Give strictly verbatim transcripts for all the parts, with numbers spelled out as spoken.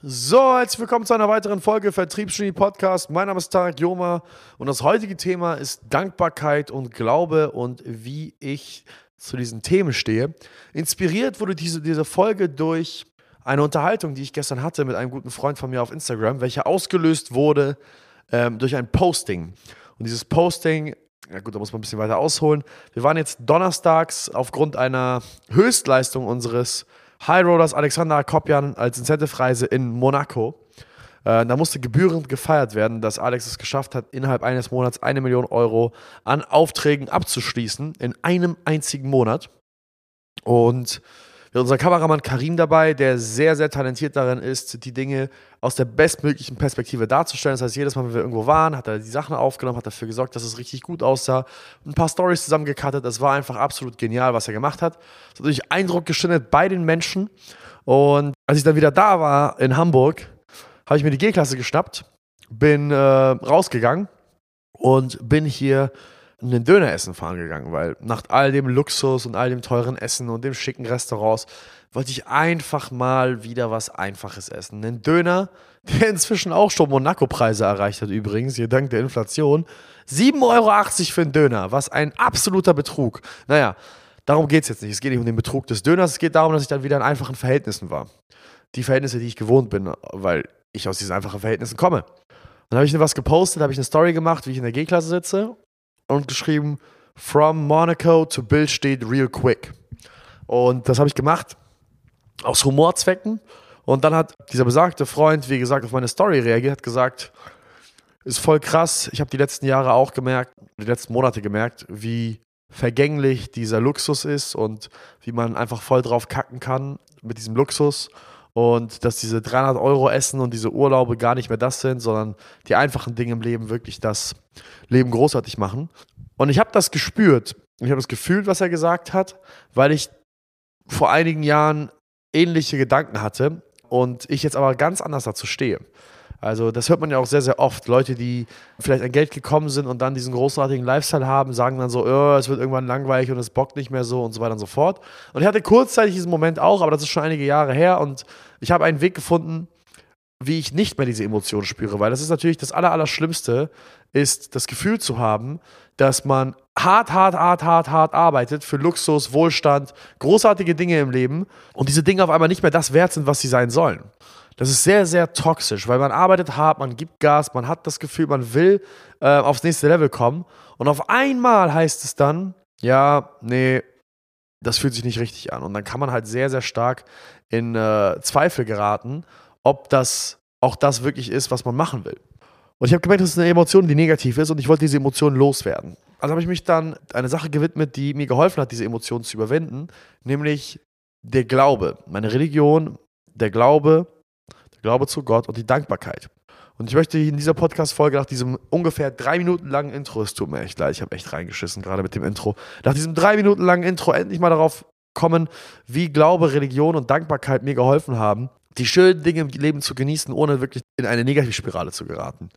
So, herzlich willkommen zu einer weiteren Folge Vertriebsgenie Podcast. Mein Name ist Tarek Joma und das heutige Thema ist Dankbarkeit und Glaube und wie ich zu diesen Themen stehe. Inspiriert wurde diese, diese Folge durch eine Unterhaltung, die ich gestern hatte mit einem guten Freund von mir auf Instagram, welche ausgelöst wurde ähm, durch ein Posting. Und dieses Posting, ja gut, da muss man ein bisschen weiter ausholen. Wir waren jetzt donnerstags aufgrund einer Höchstleistung unseres Highrollers Alexander Akopjan als Incentive-Reise in Monaco. Äh, da musste gebührend gefeiert werden, dass Alex es geschafft hat, innerhalb eines Monats eine Million Euro an Aufträgen abzuschließen, in einem einzigen Monat. Und wir haben unseren Kameramann Karim dabei, der sehr, sehr talentiert darin ist, die Dinge aus der bestmöglichen Perspektive darzustellen. Das heißt, jedes Mal, wenn wir irgendwo waren, hat er die Sachen aufgenommen, hat dafür gesorgt, dass es richtig gut aussah, ein paar Storys zusammengecuttet. Es war einfach absolut genial, was er gemacht hat. Es hat natürlich Eindruck geschindet bei den Menschen. Und als ich dann wieder da war in Hamburg, habe ich mir die G-Klasse geschnappt, bin äh, rausgegangen und bin hier einen Döner essen fahren gegangen, weil nach all dem Luxus und all dem teuren Essen und dem schicken Restaurants wollte ich einfach mal wieder was Einfaches essen. Einen Döner, der inzwischen auch schon Monaco-Preise erreicht hat übrigens, hier dank der Inflation. sieben Euro achtzig für einen Döner, was ein absoluter Betrug. Naja, darum geht es jetzt nicht. Es geht nicht um den Betrug des Döners, es geht darum, dass ich dann wieder in einfachen Verhältnissen war. Die Verhältnisse, die ich gewohnt bin, weil ich aus diesen einfachen Verhältnissen komme. Dann habe ich was gepostet, habe ich eine Story gemacht, wie ich in der G-Klasse sitze und geschrieben, from Monaco to Bill steht real quick. Und das habe ich gemacht, aus Humorzwecken. Und dann hat dieser besagte Freund, wie gesagt, auf meine Story reagiert, hat gesagt, ist voll krass, ich habe die letzten Jahre auch gemerkt, die letzten Monate gemerkt, wie vergänglich dieser Luxus ist und wie man einfach voll drauf kacken kann mit diesem Luxus. Und dass diese dreihundert Euro Essen und diese Urlaube gar nicht mehr das sind, sondern die einfachen Dinge im Leben wirklich das Leben großartig machen. Und ich habe das gespürt. Ich habe das gefühlt, was er gesagt hat, weil ich vor einigen Jahren ähnliche Gedanken hatte und ich jetzt aber ganz anders dazu stehe. Also das hört man ja auch sehr, sehr oft. Leute, die vielleicht an Geld gekommen sind und dann diesen großartigen Lifestyle haben, sagen dann so, oh, es wird irgendwann langweilig und es bockt nicht mehr so und so weiter und so fort. Und ich hatte kurzzeitig diesen Moment auch, aber das ist schon einige Jahre her und ich habe einen Weg gefunden, wie ich nicht mehr diese Emotionen spüre, weil das ist natürlich das Aller, Allerschlimmste, ist das Gefühl zu haben, dass man hart, hart, hart, hart, hart arbeitet für Luxus, Wohlstand, großartige Dinge im Leben und diese Dinge auf einmal nicht mehr das wert sind, was sie sein sollen. Das ist sehr, sehr toxisch, weil man arbeitet hart, man gibt Gas, man hat das Gefühl, man will äh, aufs nächste Level kommen und auf einmal heißt es dann, ja, nee, das fühlt sich nicht richtig an und dann kann man halt sehr, sehr stark in äh, Zweifel geraten, ob das auch das wirklich ist, was man machen will. Und ich habe gemerkt, das ist eine Emotion, die negativ ist und ich wollte diese Emotion loswerden. Also habe ich mich dann einer Sache gewidmet, die mir geholfen hat, diese Emotion zu überwinden, nämlich der Glaube, meine Religion, der Glaube, der Glaube zu Gott und die Dankbarkeit. Und ich möchte in dieser Podcast-Folge nach diesem ungefähr drei Minuten langen Intro, es tut mir echt leid, ich habe echt reingeschissen, gerade mit dem Intro, nach diesem drei Minuten langen Intro endlich mal darauf kommen, wie Glaube, Religion und Dankbarkeit mir geholfen haben, die schönen Dinge im Leben zu genießen, ohne wirklich in eine Negativspirale zu geraten.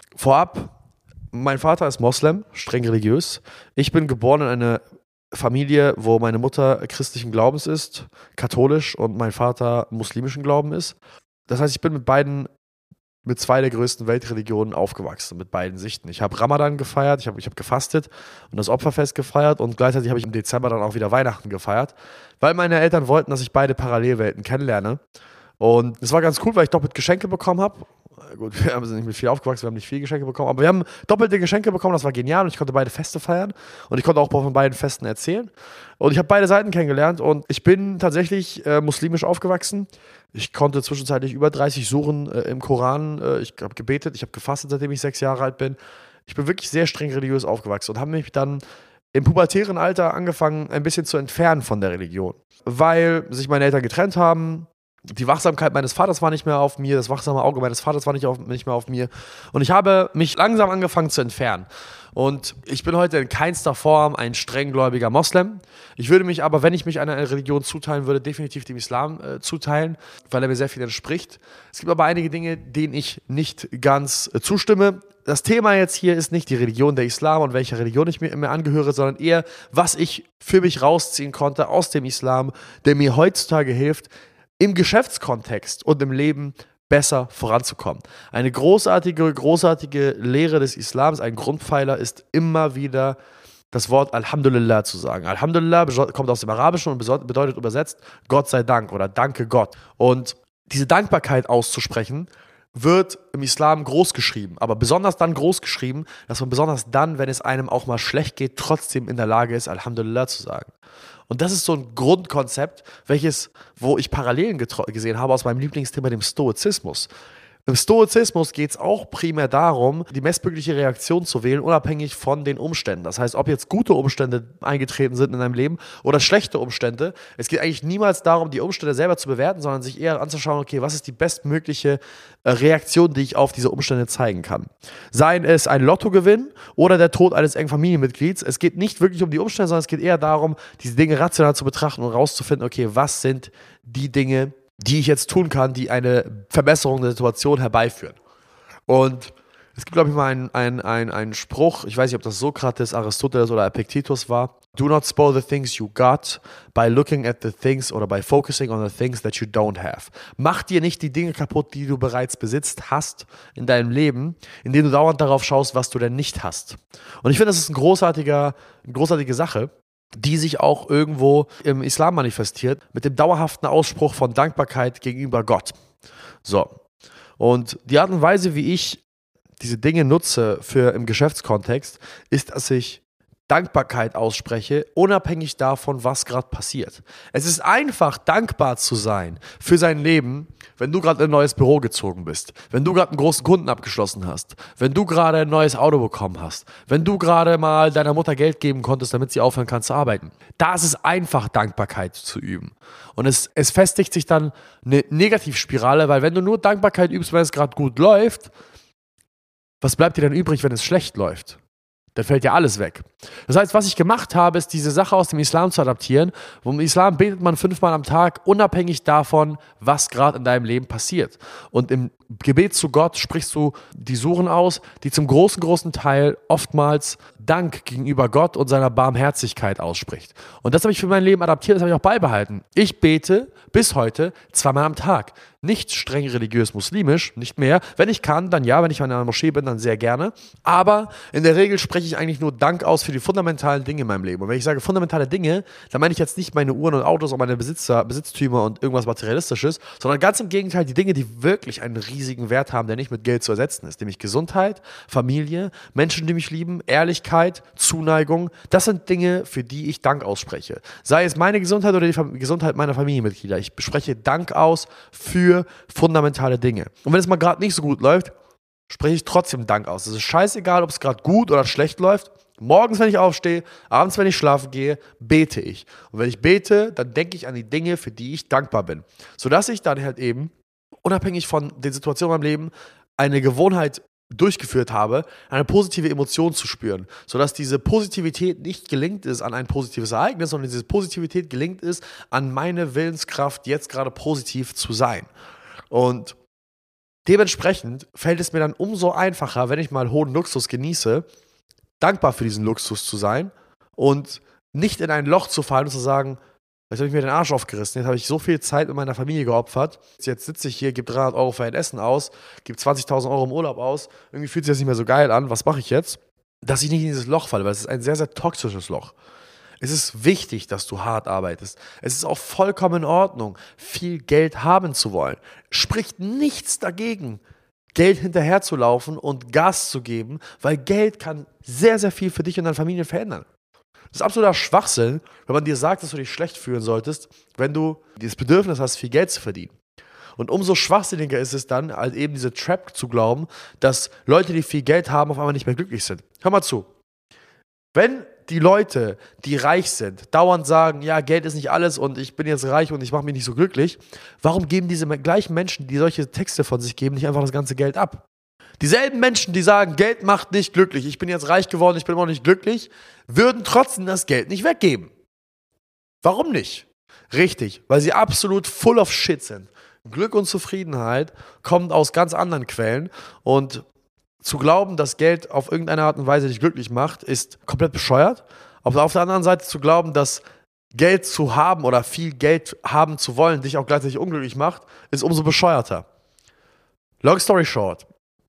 Vorab, mein Vater ist Moslem, streng religiös. Ich bin geboren in einer Familie, wo meine Mutter christlichen Glaubens ist, katholisch, und mein Vater muslimischen Glauben ist. Das heißt, ich bin mit beiden, mit zwei der größten Weltreligionen aufgewachsen, mit beiden Sichten. Ich habe Ramadan gefeiert, ich habe ich hab gefastet und das Opferfest gefeiert und gleichzeitig habe ich im Dezember dann auch wieder Weihnachten gefeiert, weil meine Eltern wollten, dass ich beide Parallelwelten kennenlerne. Und es war ganz cool, weil ich doppelt Geschenke bekommen habe. Gut, wir sind nicht mit viel aufgewachsen, wir haben nicht viel Geschenke bekommen, aber wir haben doppelte Geschenke bekommen, das war genial und ich konnte beide Feste feiern und ich konnte auch von beiden Festen erzählen. Und ich habe beide Seiten kennengelernt und ich bin tatsächlich äh, muslimisch aufgewachsen. Ich konnte zwischenzeitlich über dreißig Suren äh, im Koran, äh, ich habe gebetet, ich habe gefastet, seitdem ich sechs Jahre alt bin. Ich bin wirklich sehr streng religiös aufgewachsen und habe mich dann im pubertären Alter angefangen, ein bisschen zu entfernen von der Religion, weil sich meine Eltern getrennt haben. Die Wachsamkeit meines Vaters war nicht mehr auf mir, das wachsame Auge meines Vaters war nicht, auf, nicht mehr auf mir. Und ich habe mich langsam angefangen zu entfernen. Und ich bin heute in keinster Form ein strenggläubiger Moslem. Ich würde mich aber, wenn ich mich einer Religion zuteilen würde, definitiv dem Islam äh, zuteilen, weil er mir sehr viel entspricht. Es gibt aber einige Dinge, denen ich nicht ganz äh, zustimme. Das Thema jetzt hier ist nicht die Religion der Islam und welcher Religion ich mir immer angehöre, sondern eher, was ich für mich rausziehen konnte aus dem Islam, der mir heutzutage hilft, im Geschäftskontext und im Leben besser voranzukommen. Eine großartige, großartige Lehre des Islams, ein Grundpfeiler ist immer wieder das Wort Alhamdulillah zu sagen. Alhamdulillah kommt aus dem Arabischen und bedeutet übersetzt Gott sei Dank oder Danke Gott. Und diese Dankbarkeit auszusprechen, wird im Islam groß geschrieben, aber besonders dann groß geschrieben, dass man besonders dann, wenn es einem auch mal schlecht geht, trotzdem in der Lage ist, Alhamdulillah zu sagen. Und das ist so ein Grundkonzept, welches, wo ich Parallelen getro- gesehen habe aus meinem Lieblingsthema, dem Stoizismus. Im Stoizismus geht es auch primär darum, die bestmögliche Reaktion zu wählen, unabhängig von den Umständen. Das heißt, ob jetzt gute Umstände eingetreten sind in deinem Leben oder schlechte Umstände. Es geht eigentlich niemals darum, die Umstände selber zu bewerten, sondern sich eher anzuschauen, okay, was ist die bestmögliche Reaktion, die ich auf diese Umstände zeigen kann. Seien es ein Lottogewinn oder der Tod eines engen Familienmitglieds. Es geht nicht wirklich um die Umstände, sondern es geht eher darum, diese Dinge rational zu betrachten und rauszufinden, okay, was sind die Dinge, die ich jetzt tun kann, die eine Verbesserung der Situation herbeiführen. Und es gibt, glaube ich, mal einen, einen, einen, einen Spruch, ich weiß nicht, ob das Sokrates, Aristoteles oder Epictetus war. Do not spoil the things you got by looking at the things oder by focusing on the things that you don't have. Mach dir nicht die Dinge kaputt, die du bereits besitzt hast in deinem Leben, indem du dauernd darauf schaust, was du denn nicht hast. Und ich finde, das ist ein großartiger, eine großartige Sache, die sich auch irgendwo im Islam manifestiert, mit dem dauerhaften Ausspruch von Dankbarkeit gegenüber Gott. So. Und die Art und Weise, wie ich diese Dinge nutze für im Geschäftskontext, ist, dass ich Dankbarkeit ausspreche, unabhängig davon, was gerade passiert. Es ist einfach, dankbar zu sein für sein Leben, wenn du gerade in ein neues Büro gezogen bist, wenn du gerade einen großen Kunden abgeschlossen hast, wenn du gerade ein neues Auto bekommen hast, wenn du gerade mal deiner Mutter Geld geben konntest, damit sie aufhören kann zu arbeiten. Da ist es einfach, Dankbarkeit zu üben. Und es, es festigt sich dann eine Negativspirale, weil wenn du nur Dankbarkeit übst, wenn es gerade gut läuft, was bleibt dir dann übrig, wenn es schlecht läuft? Dann fällt ja alles weg. Das heißt, was ich gemacht habe, ist, diese Sache aus dem Islam zu adaptieren. Wo im Islam betet man fünfmal am Tag, unabhängig davon, was gerade in deinem Leben passiert. Und im Gebet zu Gott sprichst du die Suren aus, die zum großen, großen Teil oftmals Dank gegenüber Gott und seiner Barmherzigkeit ausspricht. Und das habe ich für mein Leben adaptiert, das habe ich auch beibehalten. Ich bete bis heute zweimal am Tag. Nicht streng religiös-muslimisch, nicht mehr. Wenn ich kann, dann ja. Wenn ich in einer Moschee bin, dann sehr gerne. Aber in der Regel spreche ich eigentlich nur Dank aus für die fundamentalen Dinge in meinem Leben. Und wenn ich sage fundamentale Dinge, dann meine ich jetzt nicht meine Uhren und Autos und meine Besitzer, Besitztümer und irgendwas Materialistisches, sondern ganz im Gegenteil die Dinge, die wirklich einen riesigen Wert haben, der nicht mit Geld zu ersetzen ist. Nämlich Gesundheit, Familie, Menschen, die mich lieben, Ehrlichkeit, Zuneigung. Das sind Dinge, für die ich Dank ausspreche. Sei es meine Gesundheit oder die Fam- Gesundheit meiner Familienmitglieder. Ich spreche Dank aus für fundamentale Dinge. Und wenn es mal gerade nicht so gut läuft, spreche ich trotzdem Dank aus. Es ist scheißegal, ob es gerade gut oder schlecht läuft. Morgens, wenn ich aufstehe, abends, wenn ich schlafen gehe, bete ich. Und wenn ich bete, dann denke ich an die Dinge, für die ich dankbar bin. Sodass ich dann halt eben, unabhängig von den Situationen in meinem Leben, eine Gewohnheit durchgeführt habe, eine positive Emotion zu spüren, sodass diese Positivität nicht gelingt ist an ein positives Ereignis, sondern diese Positivität gelingt ist an meine Willenskraft, jetzt gerade positiv zu sein. Und dementsprechend fällt es mir dann umso einfacher, wenn ich mal hohen Luxus genieße, dankbar für diesen Luxus zu sein und nicht in ein Loch zu fallen und zu sagen, jetzt habe ich mir den Arsch aufgerissen, jetzt habe ich so viel Zeit mit meiner Familie geopfert, jetzt sitze ich hier, gebe dreihundert Euro für ein Essen aus, gebe zwanzigtausend Euro im Urlaub aus, irgendwie fühlt sich das nicht mehr so geil an, was mache ich jetzt? Dass ich nicht in dieses Loch falle, weil es ist ein sehr, sehr toxisches Loch. Es ist wichtig, dass du hart arbeitest. Es ist auch vollkommen in Ordnung, viel Geld haben zu wollen. Spricht nichts dagegen, Geld hinterherzulaufen und Gas zu geben, weil Geld kann sehr, sehr viel für dich und deine Familie verändern. Das ist absoluter Schwachsinn, wenn man dir sagt, dass du dich schlecht fühlen solltest, wenn du das Bedürfnis hast, viel Geld zu verdienen. Und umso schwachsinniger ist es dann, halt eben diese Trap zu glauben, dass Leute, die viel Geld haben, auf einmal nicht mehr glücklich sind. Hör mal zu. Wenn die Leute, die reich sind, dauernd sagen, ja, Geld ist nicht alles und ich bin jetzt reich und ich mache mich nicht so glücklich, warum geben diese gleichen Menschen, die solche Texte von sich geben, nicht einfach das ganze Geld ab? Dieselben Menschen, die sagen, Geld macht nicht glücklich, ich bin jetzt reich geworden, ich bin immer noch nicht glücklich, würden trotzdem das Geld nicht weggeben. Warum nicht? Richtig, weil sie absolut full of shit sind. Glück und Zufriedenheit kommt aus ganz anderen Quellen und zu glauben, dass Geld auf irgendeine Art und Weise dich glücklich macht, ist komplett bescheuert. Aber auf der anderen Seite zu glauben, dass Geld zu haben oder viel Geld haben zu wollen dich auch gleichzeitig unglücklich macht, ist umso bescheuerter. Long story short.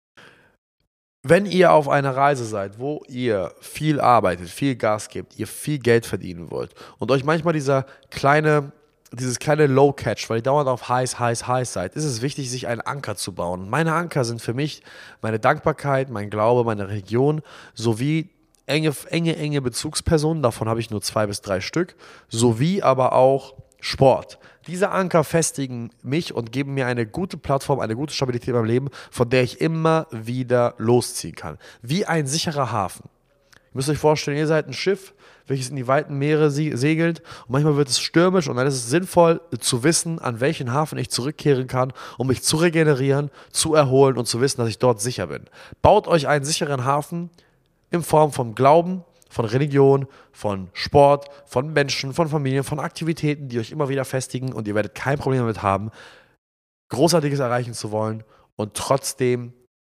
Wenn ihr auf einer Reise seid, wo ihr viel arbeitet, viel Gas gebt, ihr viel Geld verdienen wollt und euch manchmal dieser kleine, dieses kleine Low-Catch, weil ihr dauernd auf heiß, heiß, heiß seid, ist es wichtig, sich einen Anker zu bauen. Meine Anker sind für mich meine Dankbarkeit, mein Glaube, meine Religion sowie enge, enge, enge Bezugspersonen, davon habe ich nur zwei bis drei Stück, sowie aber auch Sport. Diese Anker festigen mich und geben mir eine gute Plattform, eine gute Stabilität in meinem Leben, von der ich immer wieder losziehen kann. Wie ein sicherer Hafen. Ihr müsst euch vorstellen, ihr seid ein Schiff, welches in die weiten Meere segelt und manchmal wird es stürmisch und dann ist es sinnvoll zu wissen, an welchen Hafen ich zurückkehren kann, um mich zu regenerieren, zu erholen und zu wissen, dass ich dort sicher bin. Baut euch einen sicheren Hafen in Form von Glauben, von Religion, von Sport, von Menschen, von Familien, von Aktivitäten, die euch immer wieder festigen und ihr werdet kein Problem damit haben, Großartiges erreichen zu wollen und trotzdem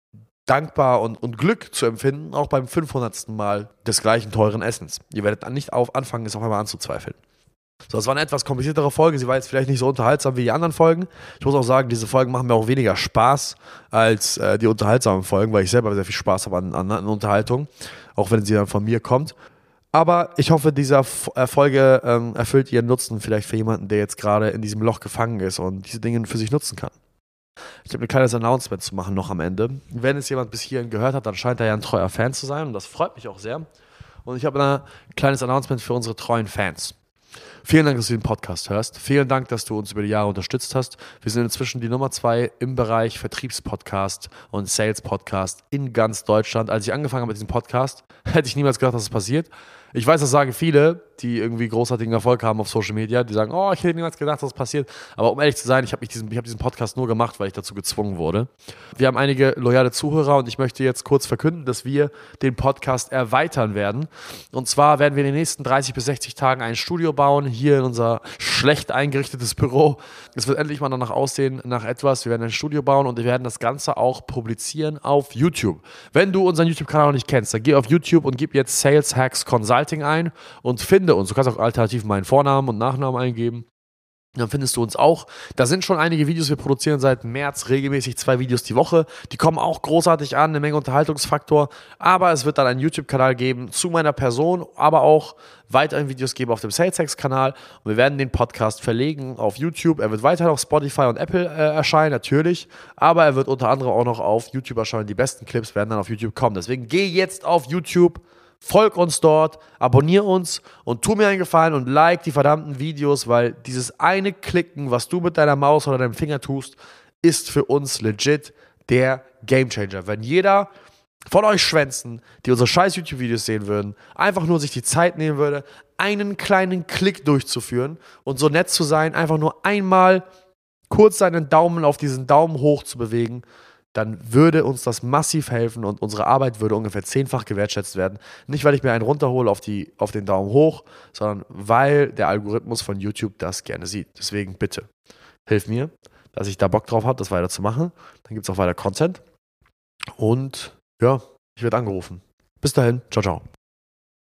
dankbar und, und Glück zu empfinden, auch beim fünfhundertsten Mal des gleichen teuren Essens. Ihr werdet dann nicht auf anfangen, es auf einmal anzuzweifeln. So, das war eine etwas kompliziertere Folge. Sie war jetzt vielleicht nicht so unterhaltsam wie die anderen Folgen. Ich muss auch sagen, diese Folgen machen mir auch weniger Spaß als äh, die unterhaltsamen Folgen, weil ich selber sehr viel Spaß habe an, an, an Unterhaltung, auch wenn sie dann von mir kommt. Aber ich hoffe, diese äh, Folge ähm, erfüllt ihren Nutzen vielleicht für jemanden, der jetzt gerade in diesem Loch gefangen ist und diese Dinge für sich nutzen kann. Ich habe ein kleines Announcement zu machen noch am Ende. Wenn es jemand bis hierhin gehört hat, dann scheint er ja ein treuer Fan zu sein und das freut mich auch sehr. Und ich habe ein kleines Announcement für unsere treuen Fans. Vielen Dank, dass du den Podcast hörst. Vielen Dank, dass du uns über die Jahre unterstützt hast. Wir sind inzwischen die Nummer zwei im Bereich Vertriebspodcast und Sales-Podcast in ganz Deutschland. Als ich angefangen habe mit diesem Podcast, hätte ich niemals gedacht, dass es passiert. Ich weiß, das sagen viele, die irgendwie großartigen Erfolg haben auf Social Media, die sagen, oh, ich hätte niemals gedacht, dass das passiert. Aber um ehrlich zu sein, ich habe diesen, ich hab diesen Podcast nur gemacht, weil ich dazu gezwungen wurde. Wir haben einige loyale Zuhörer und ich möchte jetzt kurz verkünden, dass wir den Podcast erweitern werden. Und zwar werden wir in den nächsten dreißig bis sechzig Tagen ein Studio bauen, hier in unser schlecht eingerichtetes Büro. Es wird endlich mal danach aussehen, nach etwas. Wir werden ein Studio bauen und wir werden das Ganze auch publizieren auf YouTube. Wenn du unseren YouTube-Kanal noch nicht kennst, dann geh auf YouTube und gib jetzt Sales Hacks Consulting ein und finde uns. Du kannst auch alternativ meinen Vornamen und Nachnamen eingeben. Dann findest du uns auch. Da sind schon einige Videos. Wir produzieren seit März regelmäßig zwei Videos die Woche. Die kommen auch großartig an, eine Menge Unterhaltungsfaktor. Aber es wird dann einen YouTube-Kanal geben zu meiner Person, aber auch weiterhin Videos geben auf dem SalesHacks-Kanal. Und wir werden den Podcast verlegen auf YouTube. Er wird weiterhin auf Spotify und Apple äh, erscheinen, natürlich. Aber er wird unter anderem auch noch auf YouTube erscheinen. Die besten Clips werden dann auf YouTube kommen. Deswegen geh jetzt auf YouTube. Folg uns dort, abonnier uns und tu mir einen Gefallen und like die verdammten Videos, weil dieses eine Klicken, was du mit deiner Maus oder deinem Finger tust, ist für uns legit der Gamechanger. Wenn jeder von euch Schwänzen, die unsere scheiß YouTube-Videos sehen würden, einfach nur sich die Zeit nehmen würde, einen kleinen Klick durchzuführen und so nett zu sein, einfach nur einmal kurz seinen Daumen auf diesen Daumen hoch zu bewegen, dann würde uns das massiv helfen und unsere Arbeit würde ungefähr zehnfach gewertschätzt werden. Nicht, weil ich mir einen runterhole auf, die, auf den Daumen hoch, sondern weil der Algorithmus von YouTube das gerne sieht. Deswegen bitte, hilf mir, dass ich da Bock drauf habe, das weiterzumachen. Dann gibt es auch weiter Content. Und ja, ich werde angerufen. Bis dahin, ciao, ciao.